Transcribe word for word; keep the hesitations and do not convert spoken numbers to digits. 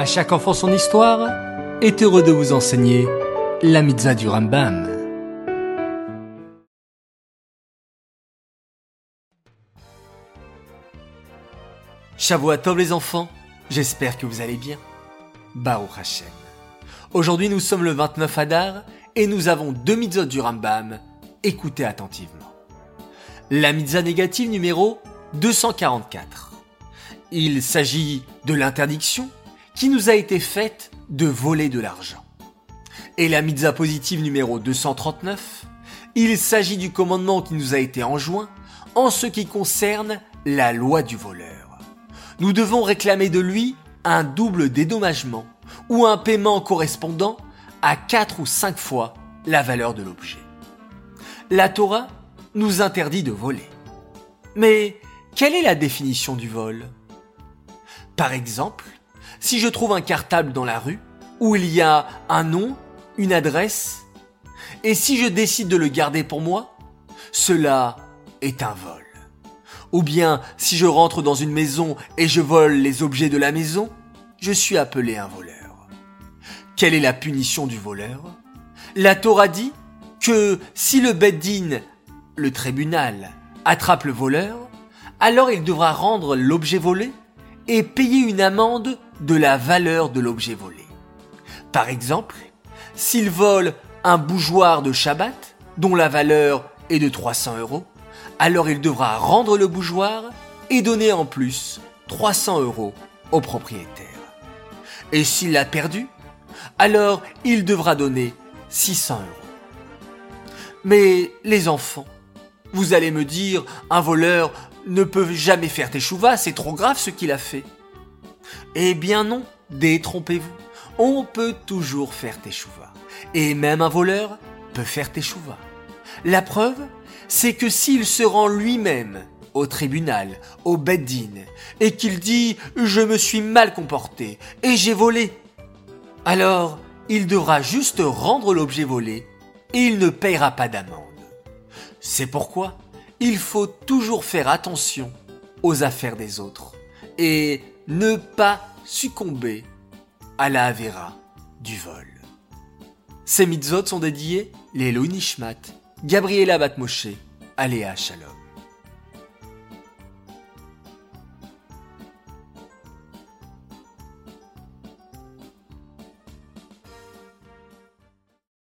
À chaque enfant son histoire est heureux de vous enseigner la mitzvah du Rambam. Shavua Tov les enfants, j'espère que vous allez bien. Baruch Hashem. Aujourd'hui nous sommes le vingt-neuf Adar et nous avons deux mitzvot du Rambam. Écoutez attentivement. La mitzvah négative numéro deux cent quarante-quatre. Il s'agit de l'interdiction qui nous a été faite de voler de l'argent. Et la mitzvah positive numéro deux cent trente-neuf. Il s'agit du commandement qui nous a été enjoint en ce qui concerne la loi du voleur. Nous devons réclamer de lui un double dédommagement ou un paiement correspondant à quatre ou cinq fois la valeur de l'objet. La Torah nous interdit de voler. Mais quelle est la définition du vol ? Par exemple, si je trouve un cartable dans la rue où il y a un nom, une adresse, et si je décide de le garder pour moi, cela est un vol. Ou bien, si je rentre dans une maison et je vole les objets de la maison, je suis appelé un voleur. Quelle est la punition du voleur ? La Torah dit que si le Beth Din, le tribunal, attrape le voleur, alors il devra rendre l'objet volé et payer une amende de la valeur de l'objet volé. Par exemple, s'il vole un bougeoir de Shabbat, dont la valeur est de trois cents euros, alors il devra rendre le bougeoir et donner en plus trois cents euros au propriétaire. Et s'il l'a perdu, alors il devra donner six cents euros. Mais les enfants, vous allez me dire, un voleur ne peut jamais faire teshuva, c'est trop grave ce qu'il a fait. Eh bien non, détrompez-vous, on peut toujours faire teshuva. Et même un voleur peut faire teshuva. La preuve, c'est que s'il se rend lui-même au tribunal, au Beth Din, et qu'il dit « je me suis mal comporté et j'ai volé », alors il devra juste rendre l'objet volé et il ne paiera pas d'amende. C'est pourquoi il faut toujours faire attention aux affaires des autres et ne pas succomber à la avéra du vol. Ces mitzvot sont dédiés les Eloi Nishmat, Gabriela Bat Moshe, Aléa Shalom.